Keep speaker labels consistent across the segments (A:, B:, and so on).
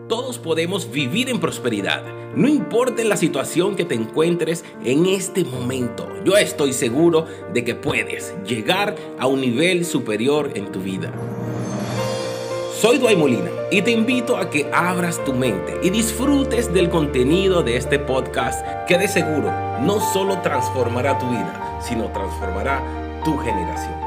A: Todos podemos vivir en prosperidad, no importa la situación que te encuentres en este momento. Yo estoy seguro de que puedes llegar a un nivel superior en tu vida. Soy Dwight Molina y te invito a que abras tu mente y disfrutes del contenido de este podcast que de seguro no solo transformará tu vida, sino transformará tu generación.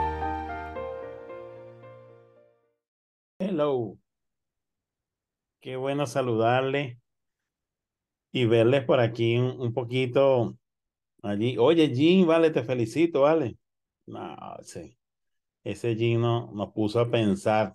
B: Hello, qué bueno saludarles y verles por aquí un poquito allí. Oye, Jim, vale, te felicito, vale. No, ese Jim nos puso a pensar,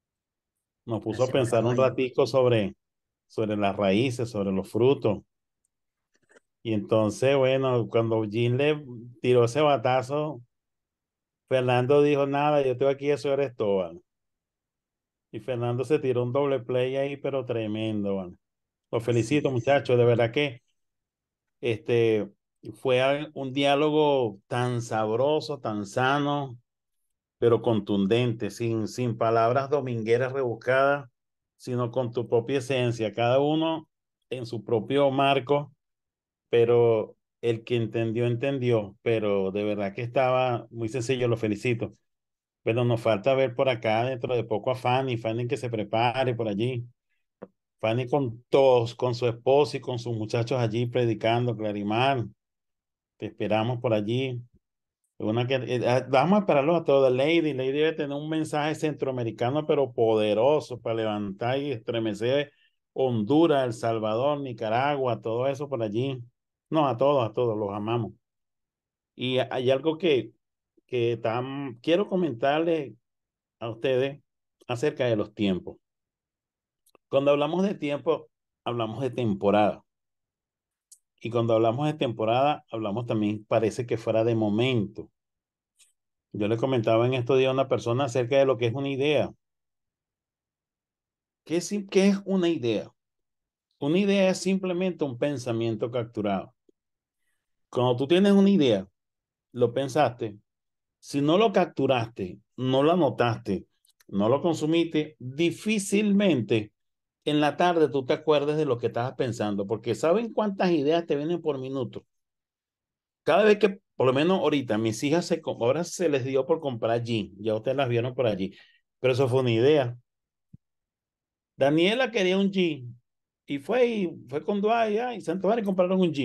B: un ratico sobre las raíces, sobre los frutos. Y entonces, bueno, cuando Jim le tiró ese batazo, Fernando dijo, nada, yo estoy aquí, eso eres todo, ¿vale? Y Fernando se tiró un doble play ahí, pero tremendo, ¿vale? Los felicito, muchachos, de verdad que Este, fue un diálogo tan sabroso, tan sano, pero contundente, sin palabras domingueras rebuscadas, sino con tu propia esencia, cada uno en su propio marco, pero el que entendió, entendió, pero de verdad que estaba muy sencillo, lo felicito. Pero nos falta ver por acá dentro de poco a Fanny que se prepare por allí. Fanny con todos, con su esposo y con sus muchachos allí predicando, Clarimar. Te esperamos por allí. Vamos a esperarlo a todos. Lady debe tener un mensaje centroamericano, pero poderoso para levantar y estremecer Honduras, El Salvador, Nicaragua, todo eso por allí. No, a todos, los amamos. Y hay algo que quiero comentarles a ustedes acerca de los tiempos. Cuando hablamos de tiempo, hablamos de temporada. Y cuando hablamos de temporada, hablamos también, parece que fuera de momento. Yo le comentaba en estos días a una persona acerca de lo que es una idea. ¿Qué es una idea? Una idea es simplemente un pensamiento capturado. Cuando tú tienes una idea, lo pensaste, si no lo capturaste, no lo anotaste, no lo consumiste, difícilmente en la tarde tú te acuerdes de lo que estabas pensando, porque ¿saben cuántas ideas te vienen por minuto? Cada vez que, por lo menos ahorita, mis hijas ahora se les dio por comprar jeans, ya ustedes las vieron por allí, pero eso fue una idea. Daniela quería un jean y fue con Dwight y Santo y compraron un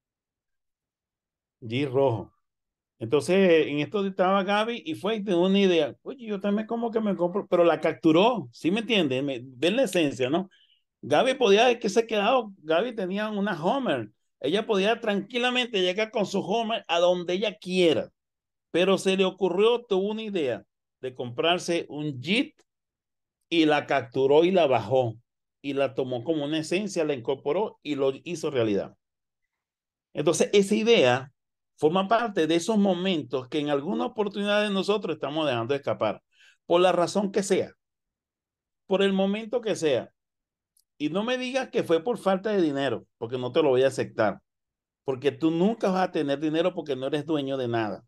B: jean rojo. Entonces, en esto estaba Gaby y fue y tenía una idea. Oye, yo también como que me compro, pero la capturó, ¿sí me entienden? Ven la esencia, ¿no? Gaby podía que se quedado, Gaby tenía una Homer. Ella podía tranquilamente llegar con su Homer a donde ella quiera, pero se le ocurrió, tuvo una idea de comprarse un Jeep y la capturó y la bajó y la tomó como una esencia, la incorporó y lo hizo realidad. Entonces, esa idea forma parte de esos momentos que en alguna oportunidad de nosotros estamos dejando de escapar, por la razón que sea, por el momento que sea. Y no me digas que fue por falta de dinero, porque no te lo voy a aceptar, porque tú nunca vas a tener dinero porque no eres dueño de nada.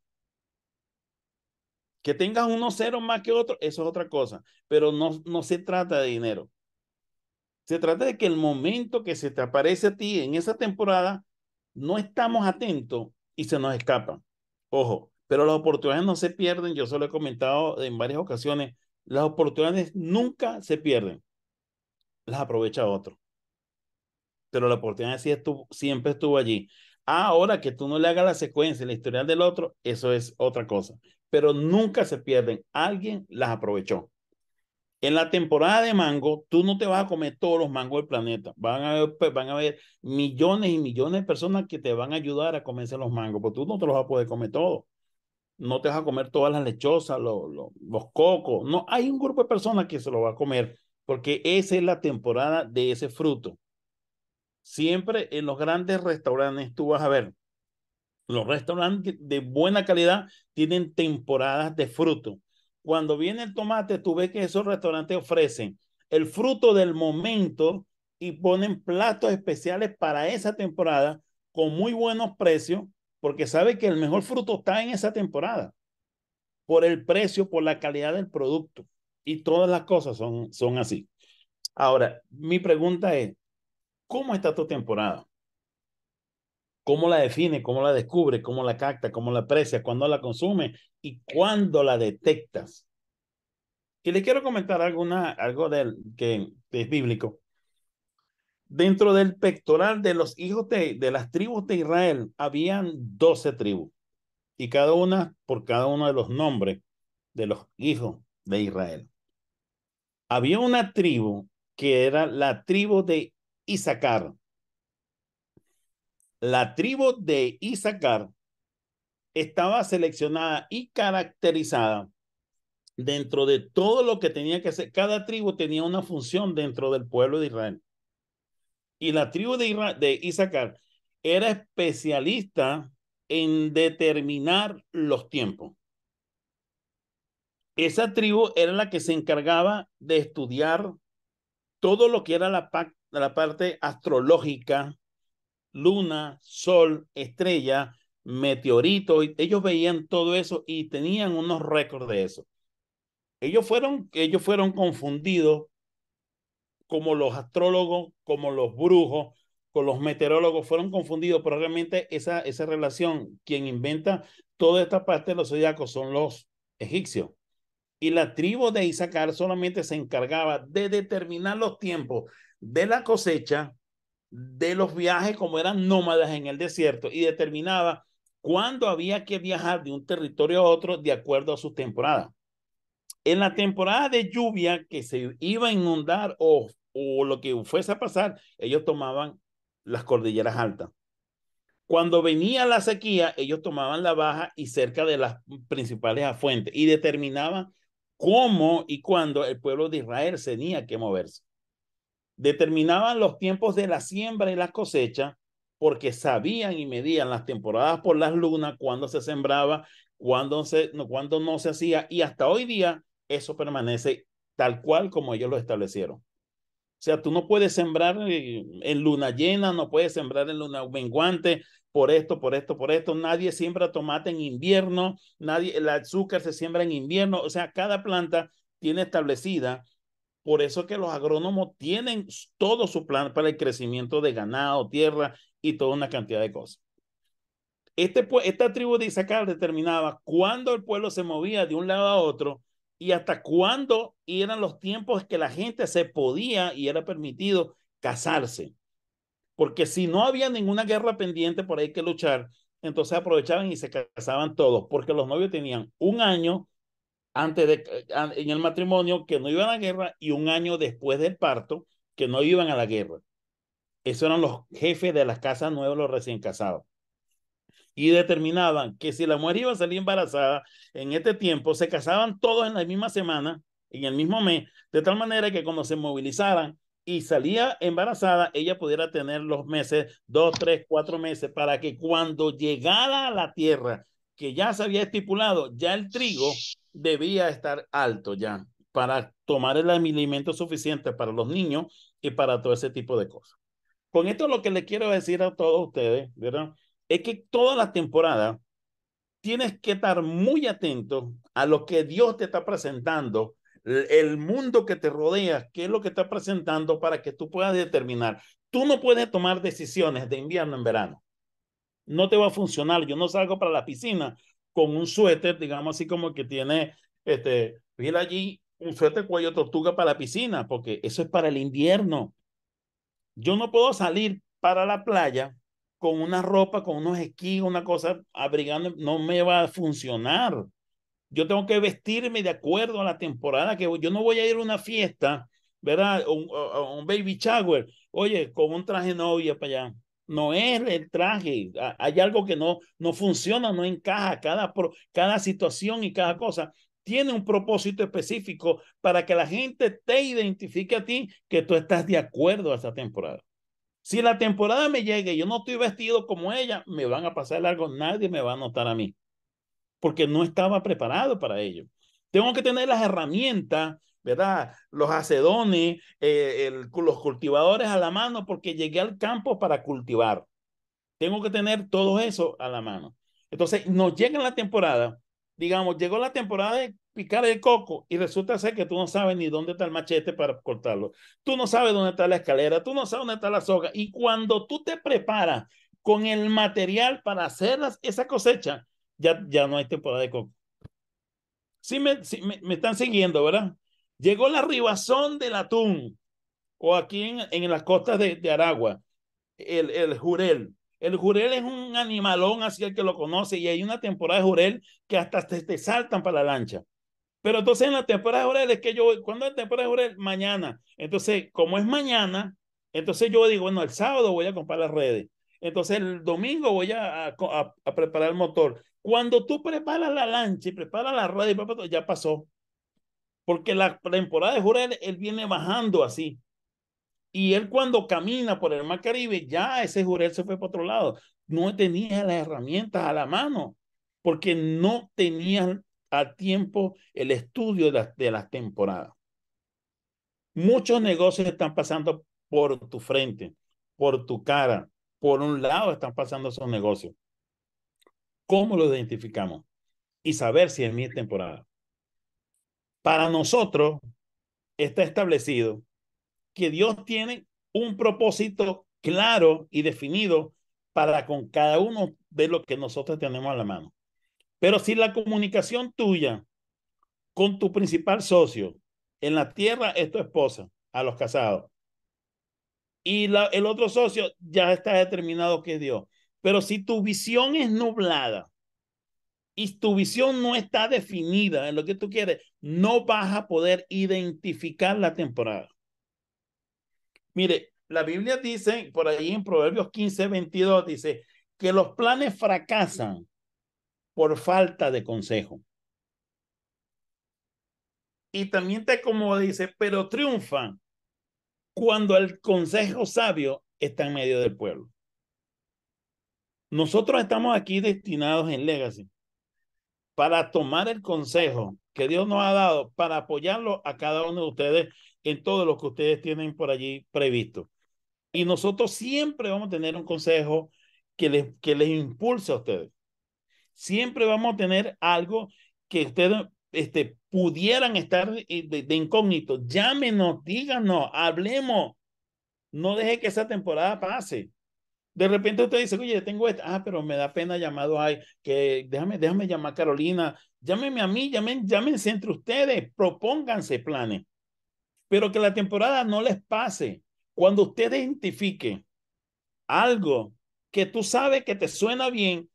B: Que tengas unos ceros más que otros, eso es otra cosa, pero no se trata de dinero. Se trata de que el momento que se te aparece a ti en esa temporada, no estamos atentos y se nos escapan. Ojo, pero las oportunidades no se pierden. Yo se lo he comentado en varias ocasiones. Las oportunidades nunca se pierden. Las aprovecha otro. Pero la oportunidad siempre estuvo allí. Ahora que tú no le hagas la secuencia, la historial del otro, eso es otra cosa. Pero nunca se pierden. Alguien las aprovechó. En la temporada de mango, tú no te vas a comer todos los mangos del planeta. Van a haber millones y millones de personas que te van a ayudar a comerse los mangos, porque tú no te los vas a poder comer todos. No te vas a comer todas las lechosas, los cocos. No, hay un grupo de personas que se lo va a comer, porque esa es la temporada de ese fruto. Siempre en los grandes restaurantes tú vas a ver, los restaurantes de buena calidad tienen temporadas de fruto. Cuando viene el tomate, tú ves que esos restaurantes ofrecen el fruto del momento y ponen platos especiales para esa temporada con muy buenos precios, porque sabe que el mejor fruto está en esa temporada, por el precio, por la calidad del producto. Y todas las cosas son así. Ahora, mi pregunta es, ¿cómo está tu temporada? ¿Cómo la define? ¿Cómo la descubre? ¿Cómo la capta? ¿Cómo la aprecia? ¿Cuándo la consume? ¿Y cuándo la detectas? Y le quiero comentar algo que es bíblico. Dentro del pectoral de los hijos de las tribus de Israel, habían 12 tribus, y cada una por cada uno de los nombres de los hijos de Israel. Había una tribu que era la tribu de Isaacar. La tribu de Isaacar estaba seleccionada y caracterizada dentro de todo lo que tenía que hacer. Cada tribu tenía una función dentro del pueblo de Israel. Y la tribu de Isaacar era especialista en determinar los tiempos. Esa tribu era la que se encargaba de estudiar todo lo que era la parte astrológica, luna, sol, estrella, meteorito. Ellos veían todo eso y tenían unos récords de eso. Ellos fueron confundidos como los astrólogos, como los brujos, con los meteorólogos, fueron confundidos, pero realmente esa relación, quien inventa toda esta parte de los zodiacos son los egipcios. Y la tribu de Isaacar solamente se encargaba de determinar los tiempos de la cosecha, de los viajes, como eran nómadas en el desierto, y determinaba cuándo había que viajar de un territorio a otro de acuerdo a sus temporadas. En la temporada de lluvia que se iba a inundar o lo que fuese a pasar, ellos tomaban las cordilleras altas. Cuando venía la sequía, ellos tomaban la baja y cerca de las principales afluentes y determinaban cómo y cuándo el pueblo de Israel tenía que moverse. Determinaban los tiempos de la siembra y la cosecha porque sabían y medían las temporadas por las lunas, cuándo se sembraba, cuándo no se hacía, y hasta hoy día eso permanece tal cual como ellos lo establecieron. O sea, tú no puedes sembrar en luna llena, no puedes sembrar en luna menguante, por esto, por esto, por esto. Nadie siembra tomate en invierno, el azúcar se siembra en invierno. O sea, cada planta tiene establecida. Por eso que los agrónomos tienen todo su plan para el crecimiento de ganado, tierra y toda una cantidad de cosas. Esta tribu de Isaacar determinaba cuándo el pueblo se movía de un lado a otro y hasta cuándo eran los tiempos que la gente se podía y era permitido casarse. Porque si no había ninguna guerra pendiente por ahí que luchar, entonces aprovechaban y se casaban todos, porque los novios tenían un año en el matrimonio que no iban a la guerra y un año después del parto que no iban a la guerra. Esos eran los jefes de las casas nuevas, los recién casados. Y determinaban que si la mujer iba a salir embarazada en este tiempo, se casaban todos en la misma semana, en el mismo mes, de tal manera que cuando se movilizaran y salía embarazada, ella pudiera tener los meses, 2, 3, 4 meses, para que cuando llegara a la tierra, que ya se había estipulado, ya el trigo debía estar alto ya, para tomar el alimento suficiente para los niños y para todo ese tipo de cosas. Con esto lo que le quiero decir a todos ustedes, ¿verdad? Es que toda la temporada tienes que estar muy atento a lo que Dios te está presentando, el mundo que te rodea, qué es lo que está presentando para que tú puedas determinar. Tú no puedes tomar decisiones de invierno en verano. No te va a funcionar. Yo no salgo para la piscina con un suéter, digamos así como que tiene, mira allí, un suéter cuello tortuga para la piscina, porque eso es para el invierno. Yo no puedo salir para la playa con una ropa, con unos esquís, una cosa abrigando, no me va a funcionar. Yo tengo que vestirme de acuerdo a la temporada que voy. Yo no voy a ir a una fiesta, ¿verdad? Un baby shower, oye, con un traje novia para allá. No es el traje, hay algo que no funciona, no encaja. Cada situación y cada cosa tiene un propósito específico para que la gente te identifique a ti que tú estás de acuerdo a esa temporada. Si la temporada me llega y yo no estoy vestido como ella, me van a pasar algo, nadie me va a notar a mí, porque no estaba preparado para ello. Tengo que tener las herramientas, ¿verdad? Los hacedones, los cultivadores a la mano, porque llegué al campo para cultivar. Tengo que tener todo eso a la mano. Entonces, nos llega la temporada, digamos, llegó la temporada picar el coco y resulta ser que tú no sabes ni dónde está el machete para cortarlo. Tú no sabes dónde está la escalera, tú no sabes dónde está la soga. Y cuando tú te preparas con el material para hacer esa cosecha, ya no hay temporada de coco. Sí me están siguiendo, ¿verdad? Llegó la ribazón del atún, o aquí en las costas de Aragua, el jurel. El jurel es un animalón, así el que lo conoce, y hay una temporada de jurel que hasta te saltan para la lancha. Pero entonces en la temporada de jurel es que yo voy, ¿cuándo es la temporada de jurel? Mañana. Entonces, como es mañana, entonces yo digo, bueno, el sábado voy a comprar las redes. Entonces el domingo voy a preparar el motor. Cuando tú preparas la lancha y preparas la red, ya pasó. Porque la temporada de jurel, él viene bajando así. Y él cuando camina por el Mar Caribe, ya ese jurel se fue para otro lado. No tenía las herramientas a la mano, porque no tenían a tiempo el estudio de las temporadas. Muchos negocios están pasando por tu frente, por tu cara. Por un lado están pasando esos negocios. ¿Cómo lo identificamos? Y saber si es mi temporada. Para nosotros está establecido que Dios tiene un propósito claro y definido para con cada uno de lo que nosotros tenemos a la mano. Pero si la comunicación tuya con tu principal socio en la tierra es tu esposa, a los casados, y el otro socio ya está determinado que es Dios. Pero si tu visión es nublada y tu visión no está definida en lo que tú quieres, no vas a poder identificar la temporada. Mire, la Biblia dice, por ahí en Proverbios 15:22, dice que los planes fracasan por falta de consejo. Y también te como dice, pero triunfan cuando el consejo sabio está en medio del pueblo. Nosotros estamos aquí destinados en Legacy para tomar el consejo que Dios nos ha dado para apoyarlo a cada uno de ustedes en todo lo que ustedes tienen por allí previsto. Y nosotros siempre vamos a tener un consejo que les impulse a ustedes. Siempre vamos a tener algo que ustedes pudieran estar de incógnito. Llámenos, díganos, hablemos. No deje que esa temporada pase. De repente usted dice, oye, tengo esta. Ah, pero me da pena llamado. Ay, que déjame llamar a Carolina. Llámeme a mí, llámense entre ustedes, propónganse planes. Pero que la temporada no les pase. Cuando usted identifique algo que tú sabes que te suena bien,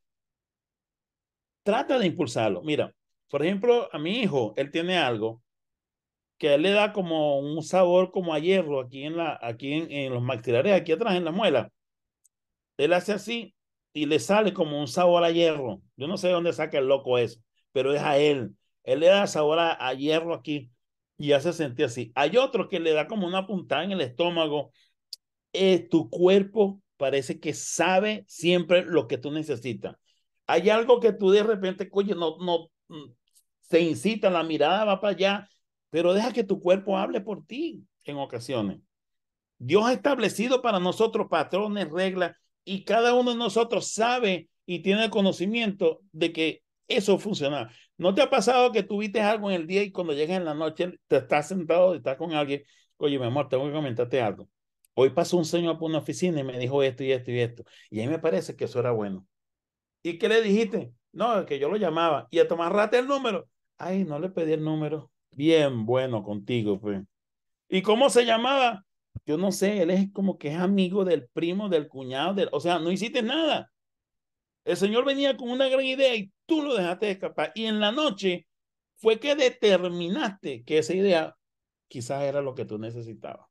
B: trata de impulsarlo. Mira, por ejemplo, a mi hijo, él tiene algo que a él le da como un sabor como a hierro aquí en los maxilares, aquí atrás en la muela. Él hace así y le sale como un sabor a hierro. Yo no sé de dónde saca el loco eso, pero es a él. Él le da sabor a hierro aquí y hace sentir así. Hay otro que le da como una puntada en el estómago. Tu cuerpo parece que sabe siempre lo que tú necesitas. Hay algo que tú de repente, oye, no, se incita, la mirada va para allá, pero deja que tu cuerpo hable por ti en ocasiones. Dios ha establecido para nosotros patrones, reglas, y cada uno de nosotros sabe y tiene el conocimiento de que eso funciona. ¿No te ha pasado que tuviste algo en el día y cuando llegas en la noche te estás sentado y estás con alguien? Oye, mi amor, tengo que comentarte algo. Hoy pasó un señor por una oficina y me dijo esto y esto y esto. Y a mí me parece que eso era bueno. ¿Y qué le dijiste? No, que yo lo llamaba. Y a tomar rata el número. Ay, no le pedí el número. Bien bueno contigo, pues. ¿Y cómo se llamaba? Yo no sé, él es como que es amigo del primo, del cuñado, o sea, no hiciste nada. El Señor venía con una gran idea y tú lo dejaste escapar. Y en la noche fue que determinaste que esa idea quizás era lo que tú necesitabas.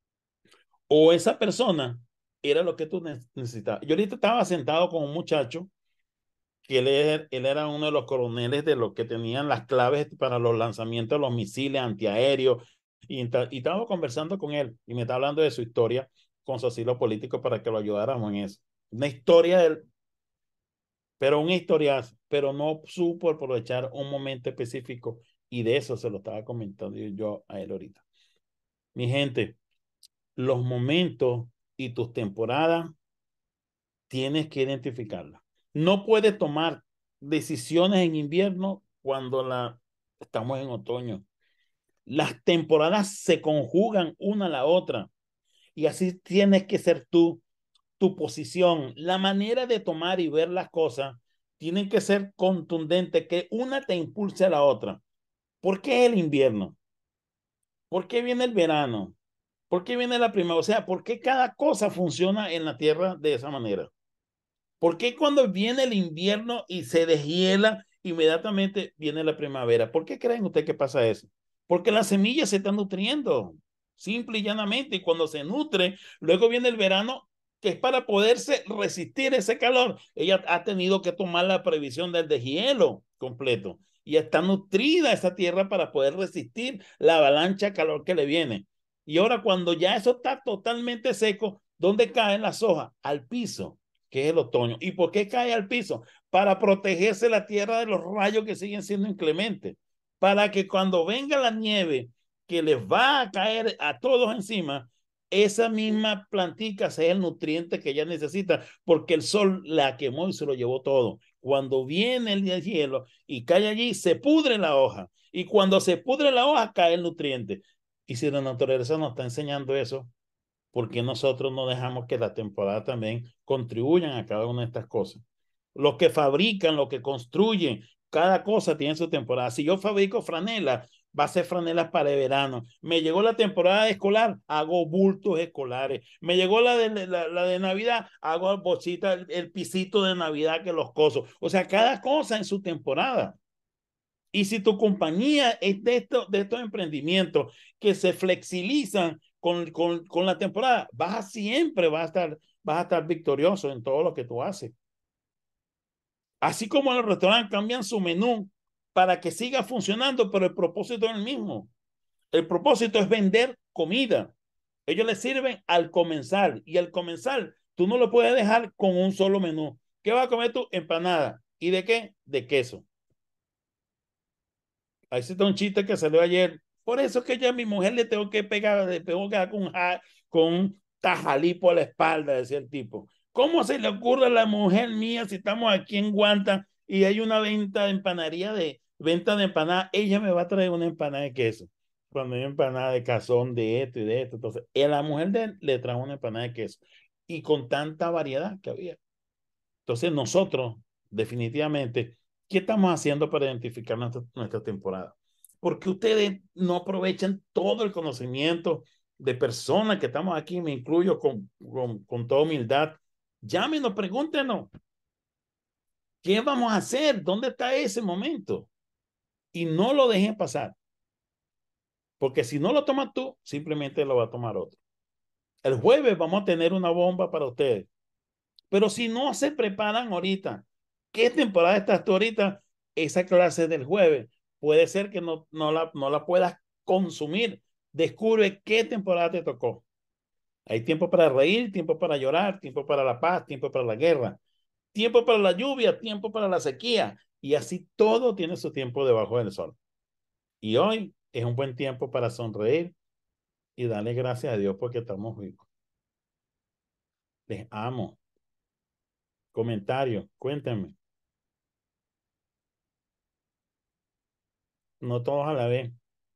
B: O esa persona era lo que tú necesitabas. Yo ahorita estaba sentado con un muchacho que él era uno de los coroneles de los que tenían las claves para los lanzamientos de los misiles antiaéreos. Y estaba conversando con él y me está hablando de su historia con su asilo político para que lo ayudáramos en eso. Una historia del, pero una historia, pero no supo aprovechar un momento específico y de eso se lo estaba comentando yo a él ahorita. Mi gente, los momentos y tus temporadas tienes que identificarlas. No puedes tomar decisiones en invierno cuando estamos en otoño. Las temporadas se conjugan una a la otra y así tienes que ser tú, tu posición, la manera de tomar y ver las cosas tienen que ser contundentes, que una te impulse a la otra. ¿Por qué el invierno? ¿Por qué viene el verano? ¿Por qué viene la primavera? O sea, ¿por qué cada cosa funciona en la Tierra de esa manera? ¿Por qué cuando viene el invierno y se deshiela, inmediatamente viene la primavera? ¿Por qué creen ustedes que pasa eso? Porque la semilla se está nutriendo, simple y llanamente, y cuando se nutre, luego viene el verano, que es para poderse resistir ese calor. Ella ha tenido que tomar la previsión del deshielo completo y está nutrida esa tierra para poder resistir la avalancha de calor que le viene. Y ahora cuando ya eso está totalmente seco, ¿dónde caen las hojas? Al piso, que es el otoño. ¿Y por qué cae al piso? Para protegerse la tierra de los rayos que siguen siendo inclementes. Para que cuando venga la nieve que les va a caer a todos encima, esa misma plantica sea el nutriente que ella necesita, porque el sol la quemó y se lo llevó todo. Cuando viene el hielo y cae allí, se pudre la hoja. Y cuando se pudre la hoja, cae el nutriente. Y si la naturaleza nos está enseñando eso, porque nosotros no dejamos que la temporada también contribuyan a cada una de estas cosas? Los que fabrican, los que construyen, cada cosa tiene su temporada. Si yo fabrico franela, va a ser franelas para el verano. Me llegó la temporada escolar, hago bultos escolares. Me llegó la de Navidad, hago bolsitas, el pisito de Navidad que los coso. O sea, cada cosa en su temporada. Y si tu compañía es de estos emprendimientos que se flexibilizan con la temporada, siempre vas a estar victorioso en todo lo que tú haces. Así como los restaurantes cambian su menú para que siga funcionando, pero el propósito es el mismo. El propósito es vender comida. Ellos le sirven al comensal y al comensal tú no lo puedes dejar con un solo menú. ¿Qué vas a comer tú? Empanada. ¿Y de qué? De queso. Ahí está un chiste que salió ayer. Por eso es que ya a mi mujer le tengo que pegar, le tengo que dar con un tajalí por la espalda, decía el tipo. ¿Cómo se le ocurre a la mujer mía si estamos aquí en Guanta y hay una venta de empanadería venta de empanada? Ella me va a traer una empanada de queso. Cuando hay empanada de cazón, de esto y de esto. Entonces, a la mujer de él le trajo una empanada de queso. Y con tanta variedad que había. Entonces, nosotros, definitivamente, ¿qué estamos haciendo para identificar nuestra temporada? Porque ustedes no aprovechan todo el conocimiento de personas que estamos aquí, me incluyo con toda humildad. Llámenos, pregúntenos, ¿qué vamos a hacer? ¿Dónde está ese momento? Y no lo dejen pasar, porque si no lo tomas tú, simplemente lo va a tomar otro. El jueves vamos a tener una bomba para ustedes. Pero si no se preparan ahorita, ¿qué temporada estás tú ahorita? Esa clase del jueves puede ser que no la puedas consumir. Descubre qué temporada te tocó. Hay tiempo para reír, tiempo para llorar, tiempo para la paz, tiempo para la guerra, tiempo para la lluvia, tiempo para la sequía. Y así todo tiene su tiempo debajo del sol. Y hoy es un buen tiempo para sonreír y darle gracias a Dios porque estamos vivos. Les amo. Comentario, cuéntame. No todos a la vez.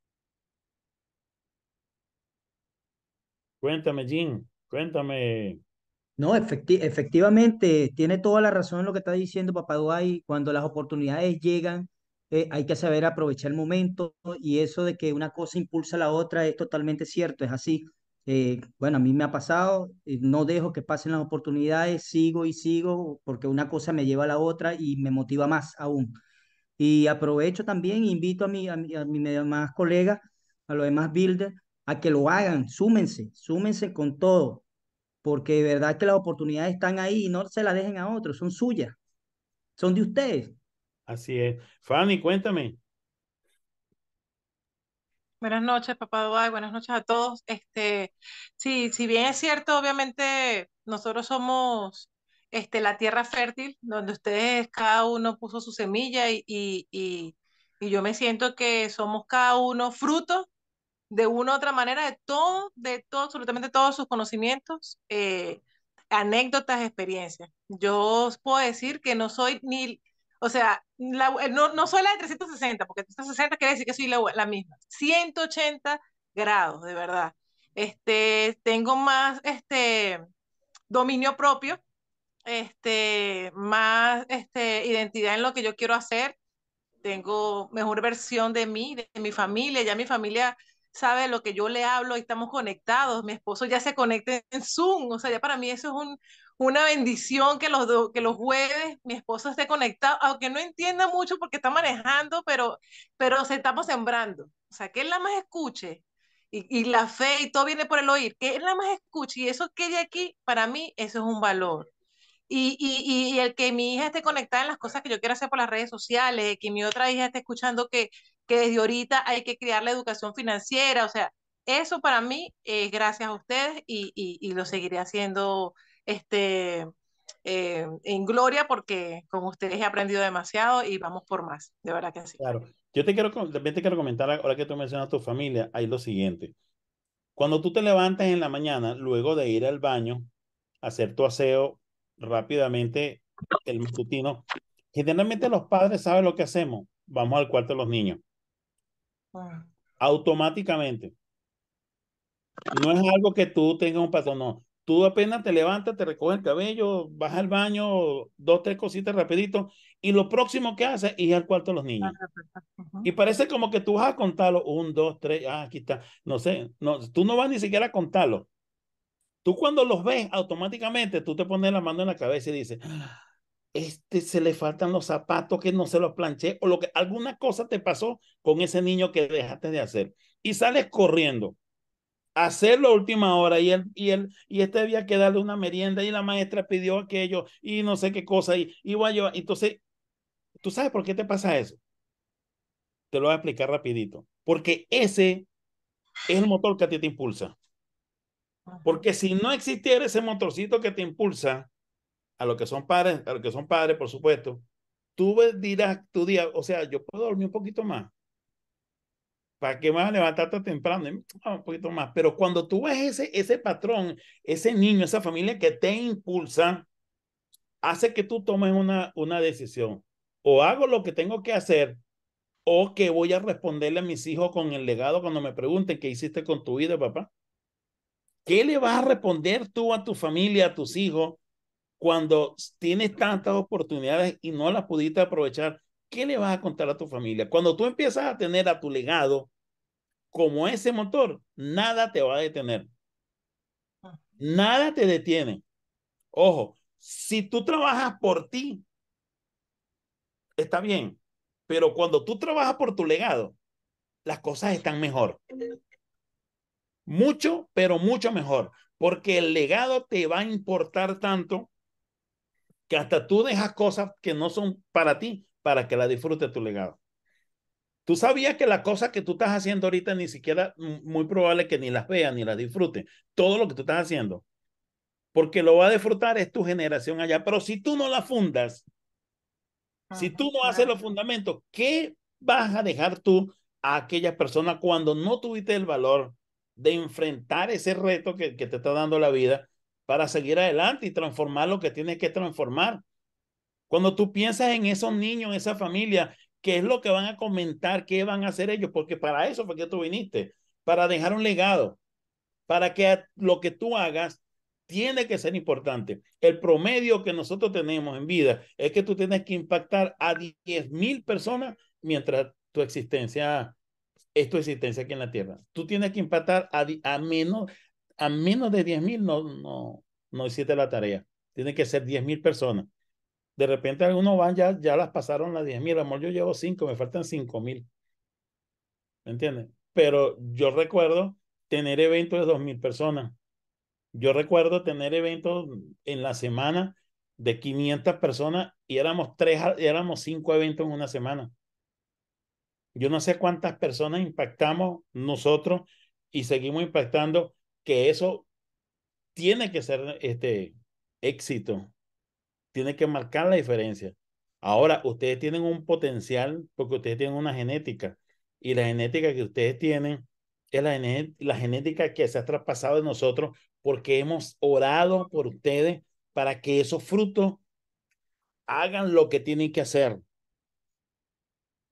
B: Cuéntame, Jim. Cuéntame.
C: No, efectivamente, tiene toda la razón en lo que está diciendo Papá Duay. Cuando las oportunidades llegan, hay que saber aprovechar el momento y eso de que una cosa impulsa a la otra es totalmente cierto, es así. Bueno, a mí me ha pasado, no dejo que pasen las oportunidades, sigo y sigo porque una cosa me lleva a la otra y me motiva más aún. Y aprovecho también, invito a mis demás colegas, a los demás builders, a que lo hagan, súmense con todo porque de verdad que las oportunidades están ahí y no se las dejen a otros, son suyas, son de ustedes.
B: Así es. Fanny, cuéntame.
D: Buenas noches, papá Duay, buenas noches a todos. Sí, si bien es cierto, obviamente nosotros somos la tierra fértil, donde ustedes cada uno puso su semilla y yo me siento que somos cada uno fruto de una u otra manera de todo, absolutamente todos sus conocimientos, anécdotas, experiencias. Yo os puedo decir que no soy ni, O sea, no soy la de 360, porque 360 quiere decir que soy la misma. 180 grados, de verdad. Tengo más dominio propio, más identidad en lo que yo quiero hacer, tengo mejor versión de mí, de mi familia, ya mi familia sabe lo que yo le hablo y estamos conectados, mi esposo ya se conecta en Zoom, o sea, ya para mí eso es una bendición que que los jueves mi esposo esté conectado, aunque no entienda mucho porque está manejando, pero se estamos sembrando, o sea, que él la más escuche. Y la fe y todo viene por el oír, que él la más escuche y eso que de aquí, para mí, eso es un valor. Y el que mi hija esté conectada en las cosas que yo quiero hacer por las redes sociales, que mi otra hija esté escuchando que desde ahorita hay que crear la educación financiera, o sea, eso para mí es gracias a ustedes y lo seguiré haciendo este, en gloria porque con ustedes he aprendido demasiado y vamos por más, de verdad que sí.
B: Claro. También te quiero comentar, ahora que tú mencionas a tu familia, hay lo siguiente. Cuando tú te levantas en la mañana, luego de ir al baño, hacer tu aseo rápidamente, el matutino, generalmente los padres saben lo que hacemos. Vamos al cuarto de los niños.
D: Mm.
B: Automáticamente. No es algo que tú tengas un patrón, no. Tú apenas te levantas, te recoges el cabello, vas al baño, dos, tres cositas rapidito, y lo próximo que haces es ir al cuarto de los niños.
D: Ujú.
B: Y parece como que tú vas a contarlo, un, dos, tres, aquí está. No sé, no, tú no vas ni siquiera a contarlo. Tú cuando los ves, automáticamente tú te pones la mano en la cabeza y dices, se le faltan los zapatos que no se los planché, o lo que alguna cosa te pasó con ese niño que dejaste de hacer. Y sales corriendo a hacerlo a última hora y este había que darle una merienda y la maestra pidió aquello y no sé qué cosa y voy a llevar. Entonces, ¿tú sabes por qué te pasa eso? Te lo voy a explicar rapidito. Porque ese es el motor que a ti te impulsa. Porque si no existiera ese motorcito que te impulsa, a los que son padres, por supuesto, dirás tu día, o sea, yo puedo dormir un poquito más. ¿Para qué me vas a levantarte temprano? Un poquito más. Pero cuando tú ves ese patrón, ese niño, esa familia que te impulsa, hace que tú tomes una decisión. O hago lo que tengo que hacer, o que voy a responderle a mis hijos con el legado cuando me pregunten qué hiciste con tu vida, papá. ¿Qué le vas a responder tú a tu familia, a tus hijos, cuando tienes tantas oportunidades y no las pudiste aprovechar? ¿Qué le vas a contar a tu familia? Cuando tú empiezas a tener a tu legado como ese motor, nada te va a detener. Nada te detiene. Ojo, si tú trabajas por ti, está bien. Pero cuando tú trabajas por tu legado, las cosas están mejor. Mucho, pero mucho mejor. Porque el legado te va a importar tanto que hasta tú dejas cosas que no son para ti, para que la disfrutes tu legado. Tú sabías que las cosas que tú estás haciendo ahorita ni siquiera, muy probable que ni las veas ni las disfrutes. Todo lo que tú estás haciendo. Porque lo va a disfrutar es tu generación allá. Pero si tú no la fundas, si tú no haces los fundamentos, ¿qué vas a dejar tú a aquellas personas cuando no tuviste el valor de enfrentar ese reto que te está dando la vida para seguir adelante y transformar lo que tienes que transformar? Cuando tú piensas en esos niños, en esa familia, ¿qué es lo que van a comentar? ¿Qué van a hacer ellos? Porque para eso fue que tú viniste, para dejar un legado, para que lo que tú hagas tiene que ser importante. El promedio que nosotros tenemos en vida es que tú tienes que impactar a 10,000 personas mientras es tu existencia aquí en la tierra. Tú tienes que impactar a menos de 10,000, no hiciste la tarea. Tiene que ser 10,000 personas. De repente algunos van, ya las pasaron las 10,000. Amor, yo llevo 5, me faltan 5,000. ¿Me entiendes? Pero yo recuerdo tener eventos de 2,000 personas. Yo recuerdo tener eventos en la semana de 500 personas y éramos 5 eventos en una semana. Yo no sé cuántas personas impactamos nosotros y seguimos impactando, que eso tiene que ser éxito, tiene que marcar la diferencia. Ahora, ustedes tienen un potencial porque ustedes tienen una genética y la genética que ustedes tienen es la genética que se ha traspasado de nosotros porque hemos orado por ustedes para que esos frutos hagan lo que tienen que hacer.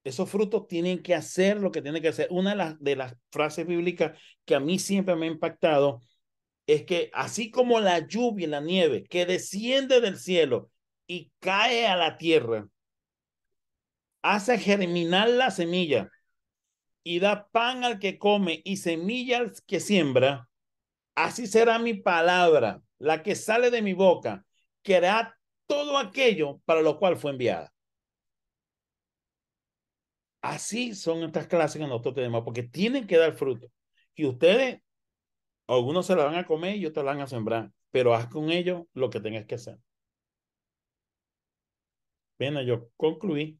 B: Esos frutos tienen que hacer lo que tienen que hacer. Una de las frases bíblicas que a mí siempre me ha impactado es que así como la lluvia y la nieve que desciende del cielo y cae a la tierra, hace germinar la semilla y da pan al que come y semilla al que siembra, así será mi palabra, la que sale de mi boca, que hará todo aquello para lo cual fue enviada. Así son estas clases que nosotros tenemos, porque tienen que dar fruto. Y ustedes, algunos se la van a comer y otros la van a sembrar, pero haz con ellos lo que tengas que hacer. Bueno, yo concluí.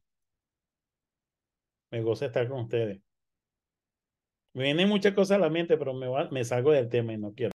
B: Me goza estar con ustedes. Me vienen muchas cosas a la mente, pero me salgo del tema y no quiero.